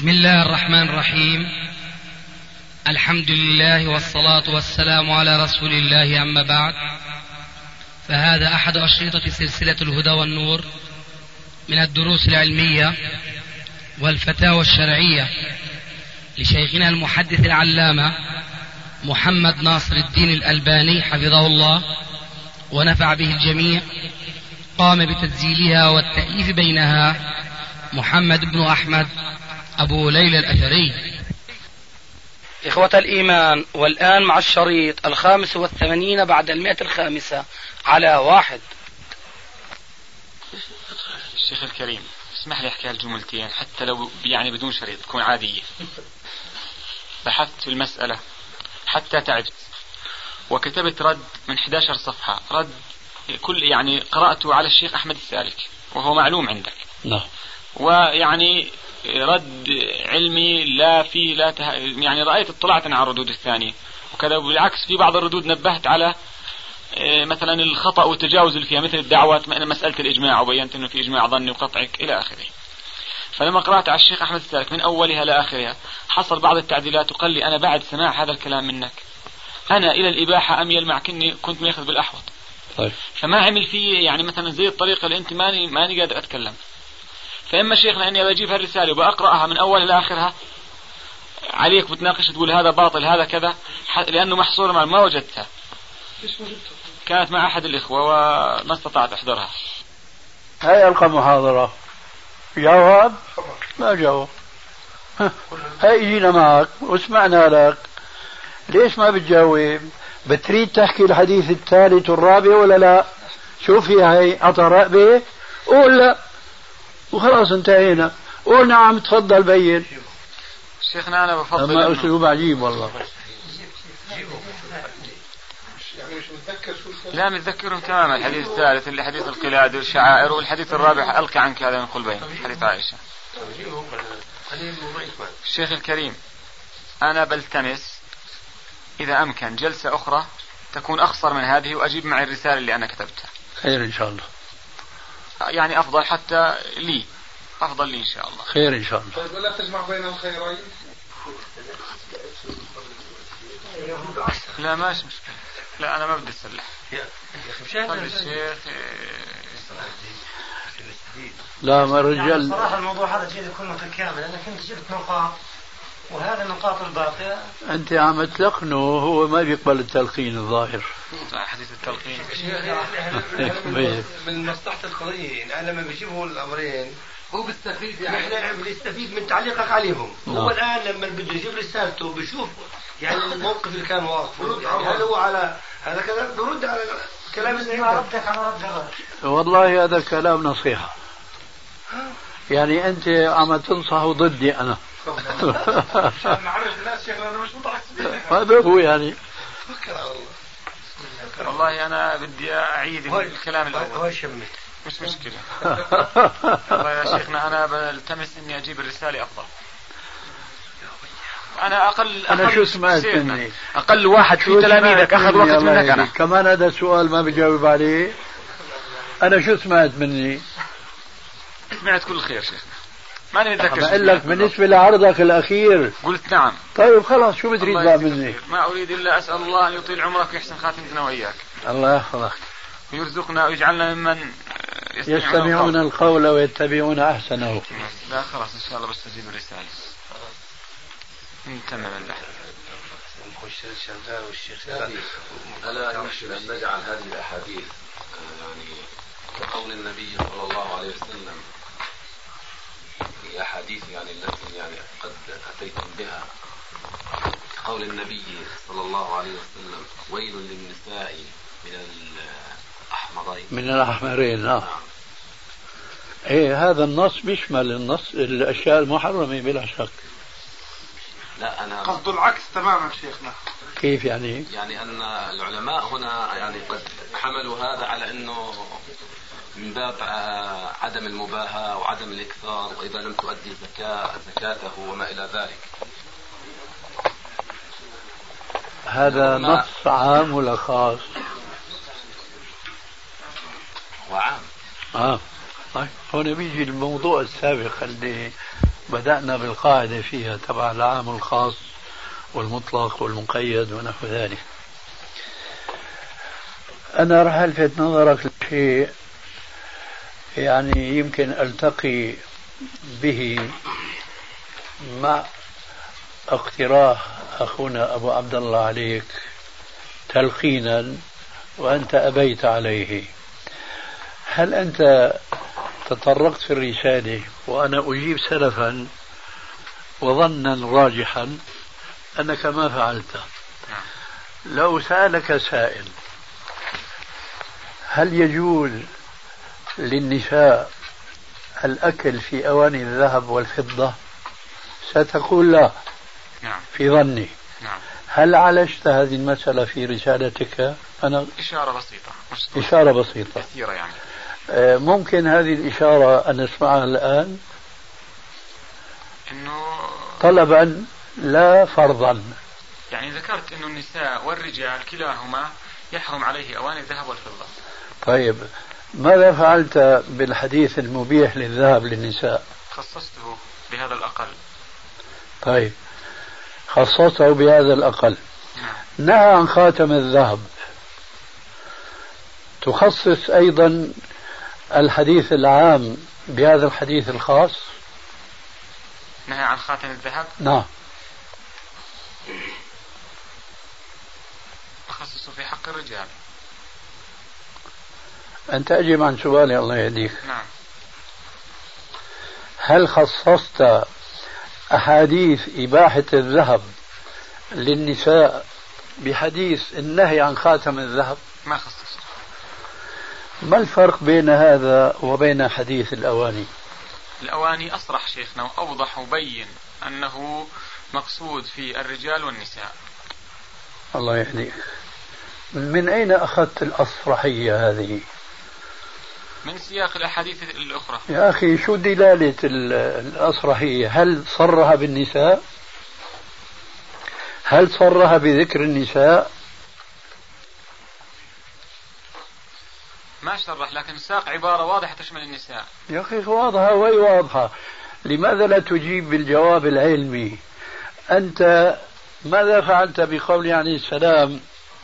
بسم الله الرحمن الرحيم. الحمد لله والصلاة والسلام على رسول الله، أما بعد، فهذا أحد أشرطة سلسلة الهدى والنور من الدروس العلمية والفتاوى الشرعية لشيخنا المحدث العلامة محمد ناصر الدين الألباني حفظه الله ونفع به الجميع. قام بتسجيلها والتأليف بينها محمد بن أحمد أبو ليلى الأثري. إخوة الإيمان، والآن مع الشريط 85 بعد 100 على 1. الشيخ الكريم، اسمح لي أحكي هالجملتين حتى لو يعني بدون شريط تكون عادية. بحثت في المسألة حتى تعبت وكتبت رد من 11 صفحة، رد كل يعني قرأته على الشيخ أحمد السالك وهو معلوم عندك. نعم. ويعني رد علمي لا فيه يعني رأيت اطلعت على الردود الثانية وكذا، بالعكس في بعض الردود نبهت على مثلا الخطأ والتجاوز اللي فيها، مثل الدعوات مسألة الإجماع، وبينت أنه في إجماع ظني وقطعك إلى آخره. فلما قرأت على الشيخ أحمد السالك من أولها لآخرها حصل بعض التعديلات، وقال لي أنا بعد سماع هذا الكلام منك أنا إلى الإباحة أميل مع كني كنت ماخذ بالأحوط. طيب. فما عمل فيه يعني مثلا زي الطريقة اللي أنت ماني قادر أتكلم. فإما شيخنا أني بجيب هالرسالة وبأقرأها من أول لآخرها عليك بتناقش تقول هذا باطل هذا كذا، لأنه محصورة ما وجدتها، كانت مع أحد الإخوة وما استطعت أحضرها. هاي ألقى محاضرة جواب ما جاوب. هاي جينا معك وسمعنا لك، ليش ما بتجاوب؟ بتريد تحكي الحديث الثالث والرابع ولا لا؟ شوف هي عطى رأبه قول لا وخلاص انتهينا. قول نعم تفضل بين. شيخنا أنا بفضل أما أسلوب عجيب والله. لا متذكرهم تماما. الحديث الثالث اللي حديث القلاد والشعائر، والحديث الرابع ألقى عنك هذا من قلبين حديث عائشة. الشيخ الكريم، أنا بلتمس إذا أمكن جلسة أخرى تكون أخصر من هذه وأجيب معي الرسالة اللي أنا كتبتها. خير إن شاء الله. يعني أفضل حتى لي، أفضل لي إن شاء الله. خير إن شاء الله. طيب ولا تجمع بين الخيرين؟ لا ماشي مشكلة. لا أنا ما بدي أسلح. طيب الشيخ لا ما الرجال صراحة الموضوع هذا جيد يكون متكامل. أنا كنت جبت نقاط وهذه النقاط الباقية أنت عم تلقنه، هو ما بيقبل التلقين الظاهر. حديث التلقين من مصلحة القضية يعني أنا لما بجيبه الأمرين هو بيستفيد، يعني احنا بنستفيد من تعليقك عليهم. هو الآن لما بده يجيب رسالته بشوف يعني الموقف اللي كان واقفه، يعني هل هو على هذا كذا برد على كلام اللي ردك على رد. والله هذا كلام نصيحة، يعني أنت عم تنصحه ضدي أنا. عشان نعرف الناس شيخنا أنا مش متعصب. هذا هو يعني. والله أنا بدي أعيد الكلام الأول. هو شمت مش مشكلة. والله يا شيخنا أنا بلتمس إني أجيب الرسالة أفضل. أنا شو سمعت مني؟ أقل واحد في تلاميذك أخذ وقت منك أنا. كمان هذا السؤال ما بجاوب عليه. أنا شو سمعت مني؟ سمعت كل خير شيخنا، ماني متذكر. بقول لك بالنسبة لعرضك الأخير قلت نعم. طيب خلاص شو بتريد بقى مني؟ ما أريد إلا أسأل الله أن يطيل عمرك ويحسن خاتمتنا وإياك. الله يحفظك ويرزقنا ويجعلنا ممن يستمعون القول ويتبعون أحسنه. لا خلاص إن شاء الله بس أجيب الرسالة. تمام البحث. ألا يمكن أن نجعل هذه الأحاديث يعني كقول النبي صلى الله عليه وسلم في أحاديث يعني التي يعني قد أتيتم بها، قول النبي صلى الله عليه وسلم ويل للنساء من الأحمرين. إيه هذا النص بيشمل النص الأشياء المحرمة بلا شك. لا أنا قصد العكس تماما شيخنا. كيف يعني؟ يعني أن العلماء هنا يعني قد حملوا هذا على أنه من باب عدم المباهاة وعدم الإكثار، وإذا لم تؤدي زكاته وما إلى ذلك. هذا نص عام ولا خاص؟ وعام. طيب هنا بيجي الموضوع السابق اللي بدأنا بالقاعدة فيها تبع العام والخاص والمطلق والمقيد ونحو ذلك. أنا راح ألفت نظرك لشيء يعني يمكن ألتقي به مع اقتراح أخونا أبو عبد الله عليك تلقينا وأنت أبيت عليه. هل أنت تطرقت في الرسالة وأنا أجيب سلفا وظنا راجحا أنك ما فعلت؟ لو سألك سائل هل يجوز للنساء الأكل في أواني الذهب والفضة؟ ستقول لا. نعم. في ظني. نعم. هل عالجت هذه المسألة في رسالتك؟ أنا إشارة بسيطة. إشارة بسيطة كثيرة يعني. ممكن هذه الإشارة أن نسمعها الآن إنه طلبا لا فرضا. يعني ذكرت إنه النساء والرجال كلاهما يحرم عليه أواني الذهب والفضة. طيب ماذا فعلت بالحديث المبيح للذهب للنساء؟ خصصته بهذا الأقل. طيب خصصته بهذا الأقل. نهى عن خاتم الذهب، تخصص أيضا الحديث العام بهذا الحديث الخاص؟ نهى عن خاتم الذهب؟ نعم. أخصصه في حق الرجال. أنت أجب عن سؤالي الله يهديك. نعم. هل خصصت أحاديث إباحة الذهب للنساء بحديث النهي عن خاتم الذهب؟ ما خصصت. ما الفرق بين هذا وبين حديث الأواني؟ الأواني أصرح شيخنا وأوضح وبين أنه مقصود في الرجال والنساء. الله يهديك. من أين أخذت الأصرحية هذه؟ من سياق الأحاديث الأخرى. يا أخي شو دلالة الأصرحية؟ هل صرها بالنساء؟ هل صرها بذكر النساء؟ ما شرح، لكن ساق عبارة واضحة تشمل النساء. يا أخي واضحة وهي واضحة، لماذا لا تجيب بالجواب العلمي؟ أنت ماذا فعلت بقول عليه السلام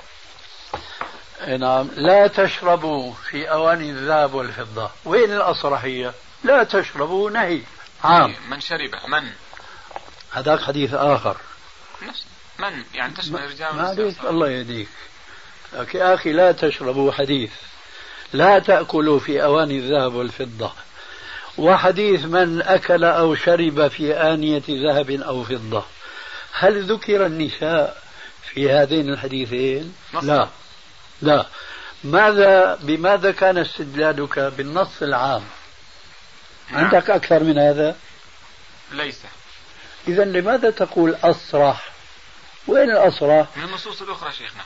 نعم لا تشربوا في أواني الذهب والفضة؟ وين الأصرحية؟ لا تشربوا نهي عام. من شرب من هذاك حديث آخر. نفس من يعني تشمل الرجال والنساء. الله يهديك يا أخي لا تشربوا حديث لا تأكلوا في أواني الذهب والفضة، وحديث من أكل أو شرب في آنية ذهب أو فضة. هل ذكر النساء في هذين الحديثين؟ لا. بماذا كان استدلالك بالنص العام؟ نعم. عندك أكثر من هذا؟ ليس. إذا لماذا تقول أصرح؟ وين الأصرح؟ من النصوص الأخرى شيخنا.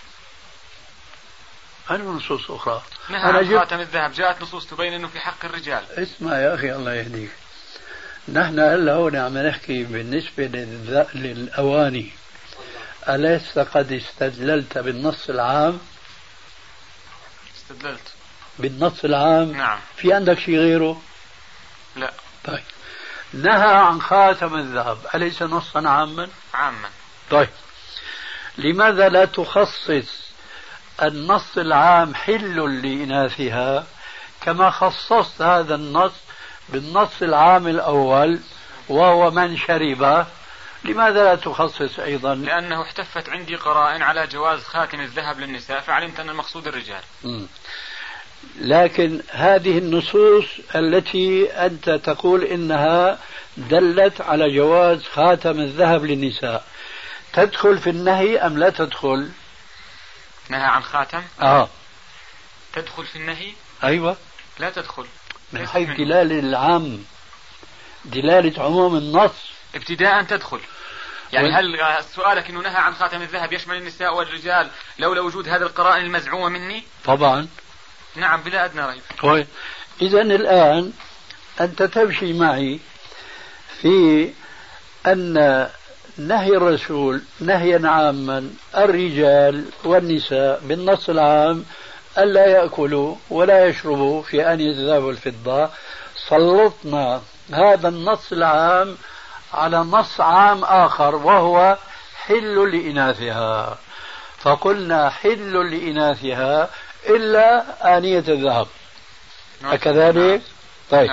أنا نصوص أخرى. نهى عن خاتم الذهب جاءت نصوص تبين أنه في حق الرجال. اسمع يا أخي الله يهديك، نحن هلا هون عم نحكي بالنسبة للأواني. أليس قد استدللت بالنص العام؟ استدللت بالنص العام. نعم. في عندك شيء غيره؟ لا. طيب نهى عن خاتم الذهب أليس نصا عاما؟ عاما. طيب لماذا لا تخصص النص العام حل لإناثها كما خصصت هذا النص بالنص العام الأول وهو من شرب؟ لماذا لا تخصص أيضا؟ لأنه احتفت عندي قرائن على جواز خاتم الذهب للنساء فعلمت أن المقصود الرجال. لكن هذه النصوص التي أنت تقول إنها دلت على جواز خاتم الذهب للنساء تدخل في النهي أم لا تدخل؟ نهى عن خاتم؟ تدخل في النهي؟ أيوة. لا تدخل من حيث دلالة العام، دلالة عموم النص ابتداء تدخل. يعني هل سؤالك انه نهى عن خاتم الذهب يشمل النساء والرجال لولا وجود هذه القرائن المزعومة مني؟ طبعا. نعم بلا أدنى ريب. طيب إذا الآن أنت تمشي معي في أن نهي الرسول نهيا عاما الرجال والنساء بالنص العام ألا يأكلوا ولا يشربوا في آنية الذهب والفضة. سلطنا هذا النص العام على نص عام آخر وهو حل لإناثها، فقلنا حل لإناثها إلا آنية الذهب. أكذلك؟ طيب.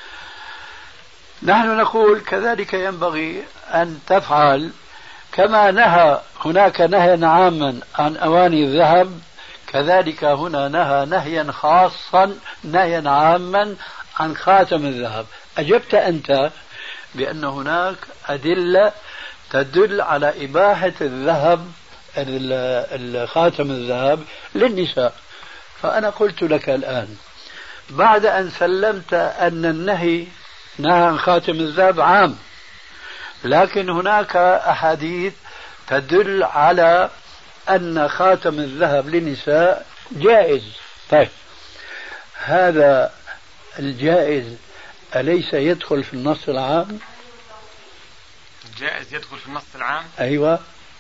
نحن نقول كذلك ينبغي أن تفعل كما نهى هناك نهيا عاما عن أواني الذهب، كذلك هنا نهى نهيا خاصا نهيا عاما عن خاتم الذهب. أجبت أنت بأن هناك أدلة تدل على إباحة الذهب خاتم الذهب للنساء، فأنا قلت لك الآن بعد أن سلمت أن النهي نهى عن خاتم الذهب عام، لكن هناك أحاديث تدل على أن خاتم الذهب للنساء جائز. طيب هذا الجائز أليس يدخل في النص العام؟ الجائز يدخل في النص العام؟ أيوة،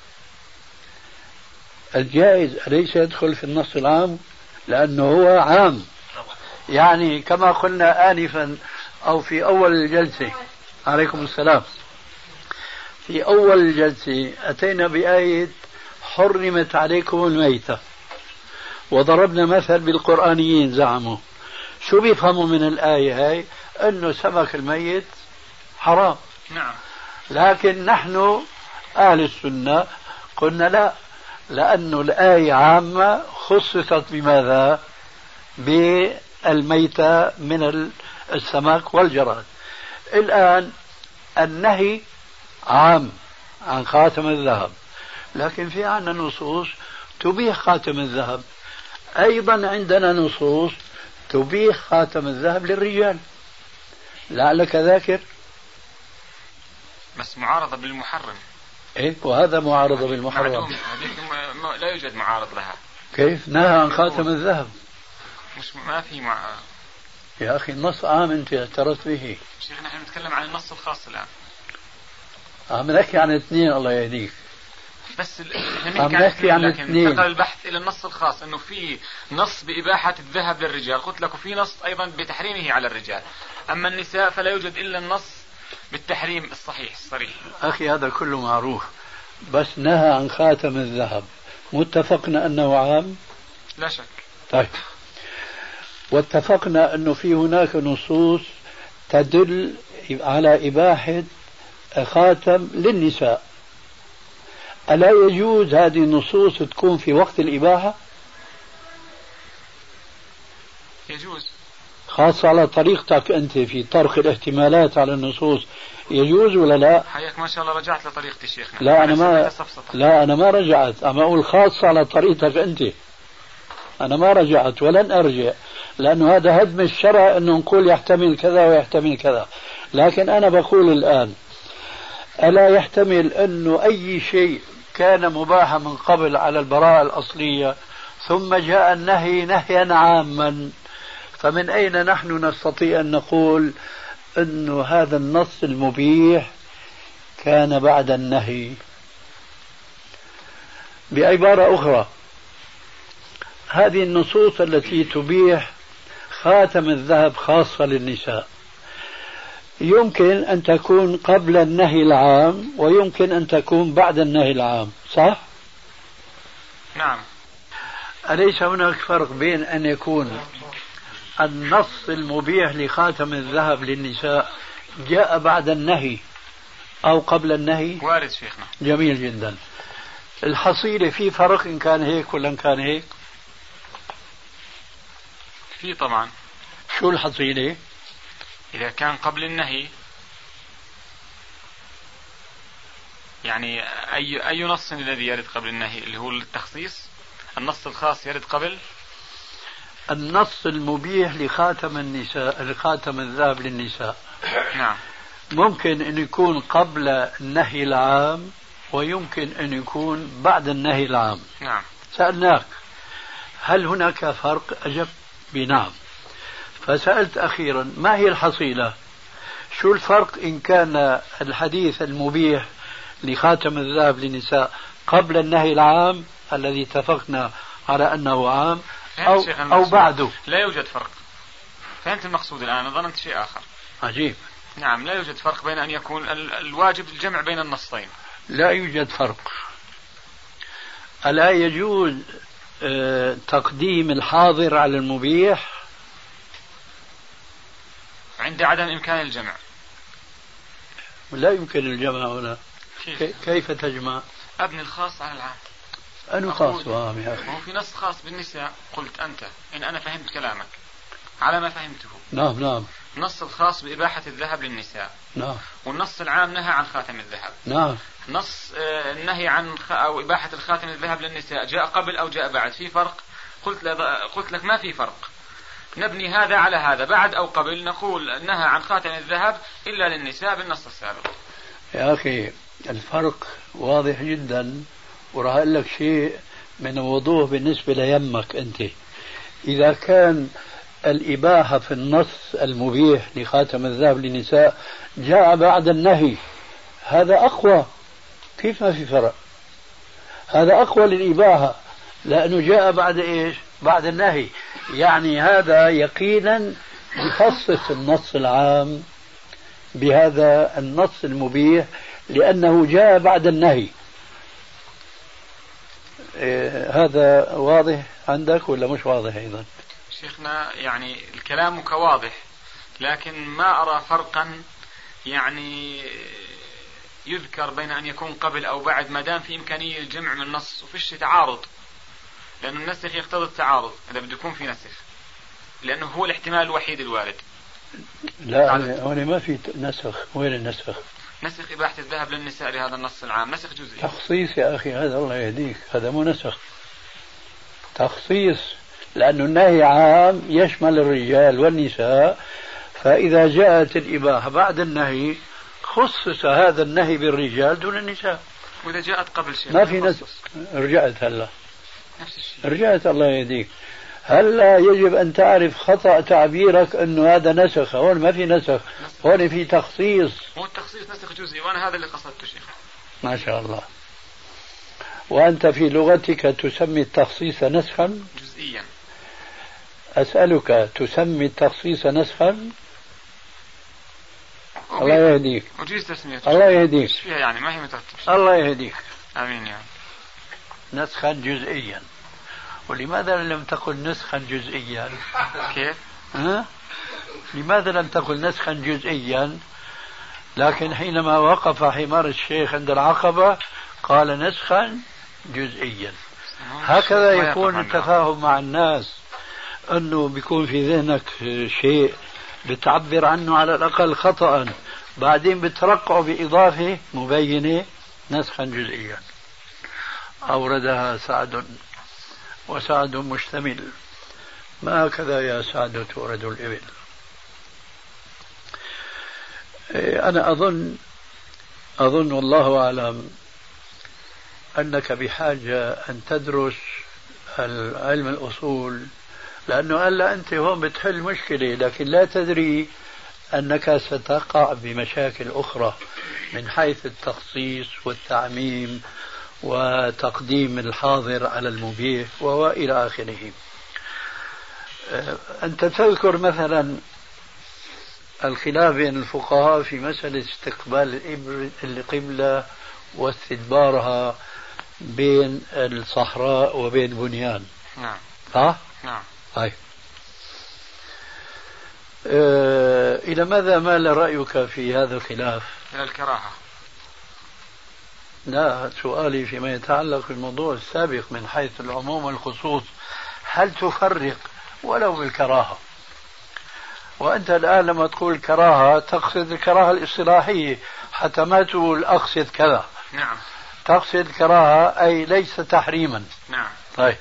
الجائز أليس يدخل في النص العام لأنه هو عام. يعني كما قلنا آنفا أو في أول الجلسة، عليكم السلام، في أول الجلسة أتينا بآية حرمت عليكم الميتة، وضربنا مثل بالقرآنيين زعموا شو بيفهموا من الآية هاي؟ أنه سمك الميت حرام. نعم. لكن نحن أهل السنة قلنا لا، لأن الآية عامة خصصت بماذا؟ بالميتة من السمك والجراد. الآن النهي عام عن خاتم الذهب، لكن في عندنا نصوص تبيح خاتم الذهب، أيضا عندنا نصوص تبيح خاتم الذهب للرجال، لعلك ذاكر. بس معارضة بالمحرم. إيه، وهذا معارضة بالمحرم. لا يوجد معارض لها. كيف نهى عن خاتم الذهب؟ مش ما في يا أخي النص عام أنت اعترفت به. شيخ نحن نتكلم عن النص الخاص الآن. عم نحكي عن اثنين، الله يهديك. بس عم نحكي عن اثنين. انتقل البحث إلى النص الخاص، إنه في نص بإباحة الذهب للرجال، قلت لك وفي نص أيضا بتحريمه على الرجال. أما النساء فلا يوجد إلا النص بالتحريم الصحيح الصريح. أخي هذا كله معروف، بس نهى عن خاتم الذهب متفقنا أنه عام؟ لا شك. طيب، واتفقنا أنه في هناك نصوص تدل على إباحة خاتم للنساء، ألا يجوز هذه النصوص تكون في وقت الإباحة؟ يجوز، خاصة على طريقتك أنت في طرق الاحتمالات على النصوص، يجوز ولا لا؟ حياك ما شاء الله رجعت لطريقتي شيخنا. لا أنا ما رجعت، أما أقول خاصة على طريقتك أنت، أنا ما رجعت ولن أرجع، لأنه هذا هدم الشرع أنه نقول يحتمل كذا ويحتمل كذا. لكن أنا بقول الآن ألا يحتمل أنه أي شيء كان مباحا من قبل على البراءة الأصلية ثم جاء النهي نهيا عاما، فمن أين نحن نستطيع أن نقول أنه هذا النص المبيح كان بعد النهي؟ بعبارة أخرى، هذه النصوص التي تبيح خاتم الذهب خاصة للنساء يمكن أن تكون قبل النهي العام ويمكن أن تكون بعد النهي العام، صح؟ نعم. أليس هناك فرق بين أن يكون النص المبيح لخاتم الذهب للنساء جاء بعد النهي أو قبل النهي؟ وارد شيخنا. جميل جدا. الحصيلة في فرق إن كان هيك ولا إن كان هيك؟ في طبعا. شو الحصيلة؟ إذا كان قبل النهي، يعني أي نص الذي يرد قبل النهي اللي هو التخصيص، النص الخاص يرد قبل النص المبيح لخاتم النساء، لخاتم الذهب للنساء. نعم. ممكن أن يكون قبل النهي العام ويمكن أن يكون بعد النهي العام. نعم. سألناك هل هناك فرق؟ أجبت بنعم. فسألت أخيرا ما هي الحصيلة؟ شو الفرق إن كان الحديث المبيح لخاتم الذهب للنساء قبل النهي العام الذي اتفقنا على أنه عام أو بعده؟ لا يوجد فرق. فهمت المقصود الآن؟ ظننت شيء آخر. عجيب. نعم، لا يوجد فرق بين أن يكون الواجب الجمع بين النصين. لا يوجد فرق. ألا يجوز تقديم الحاضر على المبيح عند عدم إمكان الجمع؟ لا يمكن الجمع هنا. كيف تجمع؟ أبني الخاص على العام. أنا خاص وعام يا أخي. هو في نص خاص بالنساء. قلت أنت إن أنا فهمت كلامك على ما فهمته. نعم نعم. النص الخاص بإباحة الذهب للنساء. نعم. والنص العام نهى عن خاتم الذهب. نعم. نص النهي عن أو إباحة الخاتم الذهب للنساء جاء قبل أو جاء بعد؟ في فرق؟ قلت لك ما في فرق. نبني هذا على هذا، بعد أو قبل نقول نهى عن خاتم الذهب إلا للنساء بالنص السابق. يا أخي الفرق واضح جدا، وراح أقول لك شيء من الوضوح بالنسبة ليمك أنت. إذا كان الإباحة في النص المبيح لخاتم الذهب للنساء جاء بعد النهي، هذا أقوى. كيف ما في فرق؟ هذا أقوى للإباحة لأنه جاء بعد إيش؟ بعد النهي. يعني هذا يقينا يخصص النص العام بهذا النص المبيح لأنه جاء بعد النهي. هذا واضح عندك ولا مش واضح أيضا؟ شيخنا يعني الكلام واضح، لكن ما أرى فرقا يعني يذكر بين أن يكون قبل أو بعد، ما دام في إمكانية الجمع من النص وفيش تعارض، لأن النسخ يقتضي التعارض إذا بده يكون في نسخ، لأنه هو الاحتمال الوحيد الوارد. لا هنا ما في نسخ. وين النسخ؟ نسخ إباحة الذهب للنساء لهذا النص العام نسخ جزئي. تخصيص يا أخي هذا، الله يهديك، هذا مو نسخ، تخصيص، لأنه النهي عام يشمل الرجال والنساء، فإذا جاءت الإباحة بعد النهي خصص هذا النهي بالرجال دون النساء. وإذا جاءت قبل شيء ما في نسخ. رجعت هلا نفس الشيء. رجعت الله يهديك. هلا يجب أن تعرف خطأ تعبيرك أنه هذا نسخ. هون ما في نسخ، هون في تخصيص. هو التخصيص نسخ جزئي، وأنا هذا اللي قصدته شيخ. ما شاء الله. وأنت في لغتك تسمي التخصيص نسخا جزئيا. أسألك، تسمي التخصيص نسخا؟ الله يهديك. وجيز تسميته. الله يهديك. فيها يعني ما هي مترتب. الله يهديك. آمين يا رب. نسخا جزئيا. ولماذا لم تقل نسخا جزئيا؟ كيف؟ لماذا لم تقل نسخا جزئيا؟ لكن حينما وقف حمار الشيخ عند العقبة قال نسخا جزئيا. هكذا يكون التفاهم مع الناس، أنه بيكون في ذهنك شيء بتعبر عنه على الأقل خطأ، بعدين بترقعه بإضافة مبينة نسخا جزئيا. أوردها سعد، وسعد مشتمل. ما هكذا يا سعد تورد الإبل. أنا أظن والله أعلم أنك بحاجة أن تدرس علم الأصول، لأنه ألا أنت هون بتحل مشكلة لكن لا تدري أنك ستقع بمشاكل أخرى من حيث التخصيص والتعميم وتقديم الحاضر على المبيح وإلى آخره. أنت تذكر مثلا الخلاف بين الفقهاء في مسألة استقبال القبلة واستدبارها بين الصحراء وبين بنيان. نعم. صح؟ نعم. طيب. إلى ماذا مال رأيك في هذا الخلاف؟ إلى الكراهة. لا، سؤالي فيما يتعلق بالموضوع السابق من حيث العموم والخصوص، هل تفرق ولو بالكراهة؟ وأنت الآن لما تقول كراهة تقصد الكراهة الاصطلاحية، حتى ما تقول أقصد كذا. نعم. تقصد كراهة أي ليس تحريما. نعم. طيب،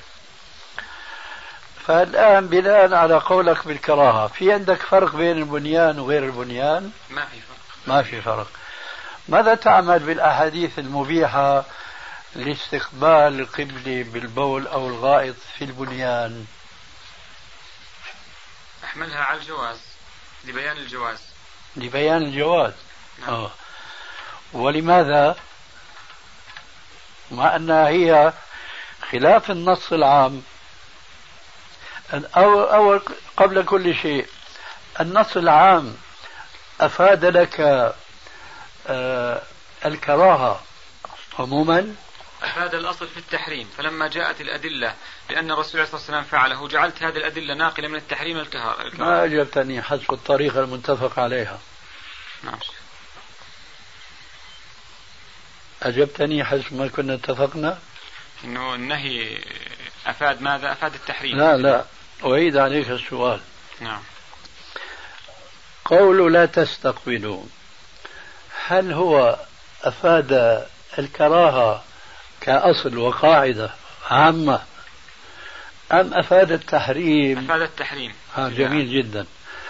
فالآن بناء على قولك بالكراهة، في عندك فرق بين البنيان وغير البنيان؟ ما في فرق. ما في فرق. ماذا تعمل بالأحاديث المبيحة لاستقبال القبلة بالبول أو الغائط في البنيان؟ أحملها على الجواز، لبيان الجواز. لبيان الجواز. نعم. ولماذا؟ مع أنها هي خلاف النص العام. أو قبل كل شيء، النص العام أفاد لك الكراهة عموما؟ هذا الأصل في التحريم، فلما جاءت الأدلة لأن الرسول صلى الله عليه وسلم فعله جعلت هذه الأدلة ناقلة من التحريم الكراهة. ما أجبتني حسب الطريقة المتفق عليها. نعم. أجبتني حسب ما كنا اتفقنا إنه النهي أفاد ماذا؟ أفاد التحريم. لا أعيد عليك السؤال. نعم. قول لا تستقبلوا، هل هو أفاد الكراهة كأصل وقاعدة عامة أم أفاد التحريم؟ أفاد التحريم. جميل جدا.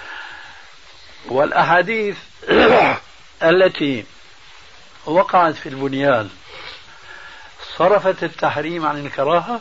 والأحاديث التي وقعت في البنيان صرفت التحريم عن الكراهة،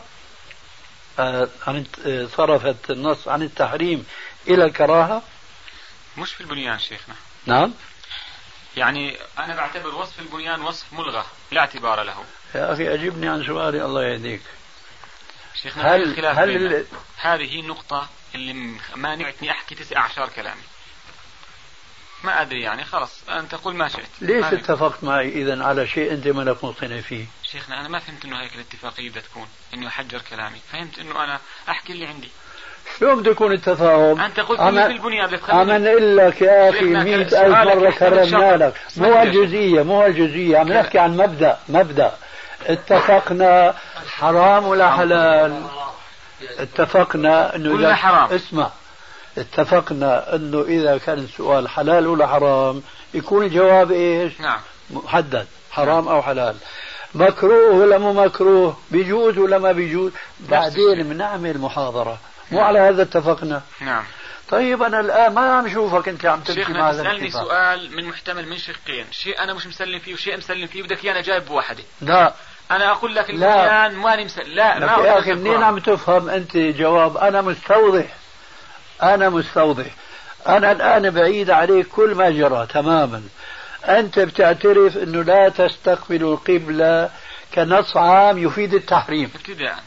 صرفت النص عن التحريم إلى الكراهة؟ مش في البنيان شيخنا. نعم. يعني أنا بعتبر وصف البنيان وصف ملغى لا اعتبار له. يا أخي أجبني عن سؤالي الله يهديك. شيخنا هذه النقطة اللي مانعتني أحكي 19 كلامي. ما أدري يعني خلاص أنت قل ما شئت. ليش اتفقت معي إذن على شيء أنت ما لك مقتنع فيه؟ شيخنا أنا ما فهمت إنه هيك الاتفاقية بدها تكون إنه يحجر كلامي، فهمت إنه أنا أحكي اللي عندي. شو بده يكون التفاهم؟ أنت قلت لي في البنيان أنا نقول لك يا أخي 100,000 مرة كررنا لك، مو الجزئية عم نحكي عن مبدأ اتفقنا حرام ولا حلال؟ اتفقنا انه ولا حرام. اسمع، اتفقنا انه اذا كان السؤال حلال ولا حرام يكون الجواب ايش؟ نعم. محدد، حرام او حلال. مكروه ولا مو مكروه، بيجوز ولا ما بيجوز، بعدين بنعمل محاضرة. مو على هذا اتفقنا؟ نعم. طيب انا الان ما عم شوفك انت عم تمشي مع هذا تسألني سؤال من محتمل من شقين، شيء انا مش مسلم فيه وشيء مسلم فيه، بدك انا جايب بوحده. لا انا اقول لك البنيان ماني مسلم. لا ما يا اخي منين عم تفهم انت جواب؟ انا مستوضح. انا الان بعيد عليك كل ما جرى تماما. انت بتعترف انه لا تستقبلوا القبلة كنص عام يفيد التحريم ابتداء.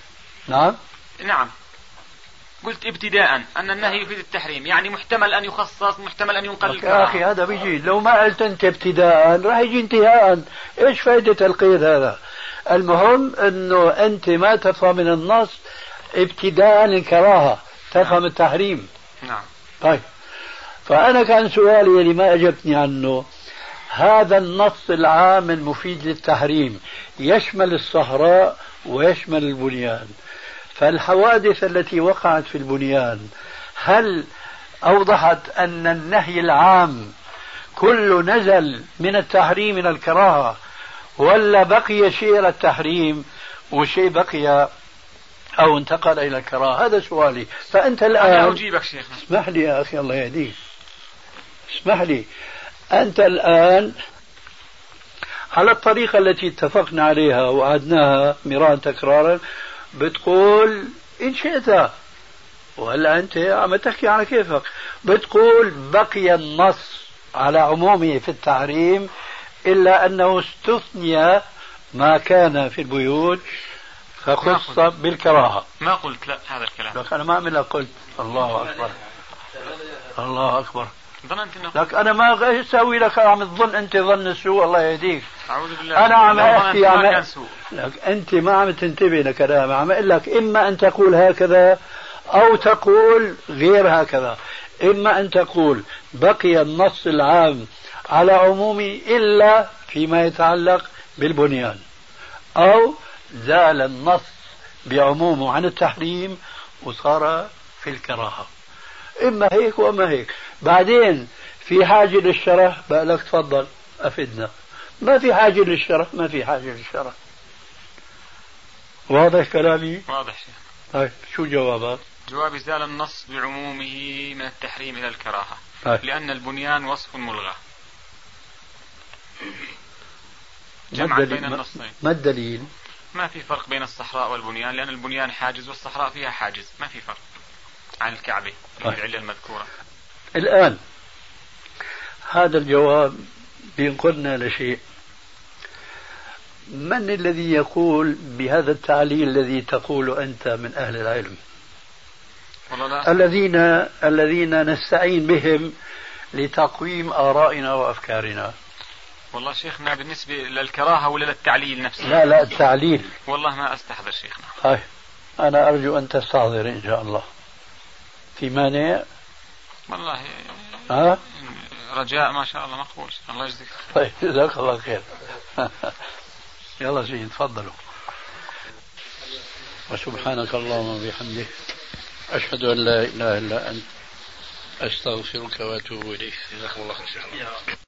نعم قلت ابتداء أن النهي يفيد التحريم، يعني محتمل أن يخصص، محتمل أن ينقل. يا أخي هذا بيجي، لو ما قلت أنت ابتداء راح يجي انتهاء. إيش فائدة القيد هذا؟ المهم أنه أنت ما تفهم من النص ابتداء الكراهة، تفهم التحريم. نعم. طيب، فأنا كان سؤالي اللي ما أجبتني عنه، هذا النص العام المفيد للتحريم يشمل الصحراء ويشمل البنيان، فالحوادث التي وقعت في البنيان هل أوضحت أن النهي العام كله نزل من التحريم إلى الكراهة، ولا بقي شيء إلى التحريم وشيء بقي أو انتقل إلى الكراهة؟ هذا سؤالي. فأنت الآن أنا أجيبك شيخنا. اسمح لي يا أخي الله يهديك، اسمح لي. أنت الآن على الطريقة التي اتفقنا عليها وعدناها مرارا تكرارا بتقول إن شئت، وهلا أنت عم تحكي على كيفك، بتقول بقي النص على عمومه في التحريم إلا أنه استثني ما كان في البيوت فخص بالكراهة. ما قلت لا هذا الكلام. لك أنا ما عمل قلت. الله أكبر الله أكبر. ظننت إنه لك أنا ما أسوي لك، عم تظن أنت ظن السوء الله يهديك. أعوذ بالله. أنا عم أحكي لك أنت ما عم تنتبه لكلامي، عم أقول لك إما أن تقول هكذا أو تقول غير هكذا. إما أن تقول بقي النص العام على عمومي إلا فيما يتعلق بالبنيان، أو زال النص بعمومه عن التحريم وصار في الكراهة. إما هيك وإما هيك. بعدين في حاجة للشرح بقى لك تفضل أفدنا، ما في حاجة للشرح ما في حاجة للشرح. واضح كلامي؟ واضح شيخ. طيب شو جوابك؟ جوابي زال النص بعمومه من التحريم إلى الكراهة. طيب. لأن البنيان وصف ملغى. جمع بين النصين. ما الدليل؟ ما في فرق بين الصحراء والبنيان، لأن البنيان حاجز والصحراء فيها حاجز، ما في فرق عن الكعبة العلة المذكورة. الآن هذا الجواب بينقلنا لشيء. من الذي يقول بهذا التعليل الذي تقول أنت من أهل العلم؟ الذين نستعين بهم لتقويم آرائنا وأفكارنا. والله شيخنا بالنسبة للكراهة ولا للتعليل نفسه؟ لا التعليل. والله ما أستحضر شيخنا. طيب أنا أرجو أن تستحضر إن شاء الله. في مانع؟ والله رجاء ما شاء الله مقبول. الله يجزيك. طيب جزاك الله خير. يلا سيدي تفضلوا. وسبحانك اللهم وبحمدك أشهد أن لا إله إلا أنت أستغفرك وأتوب إليك. جزاكم الله خير.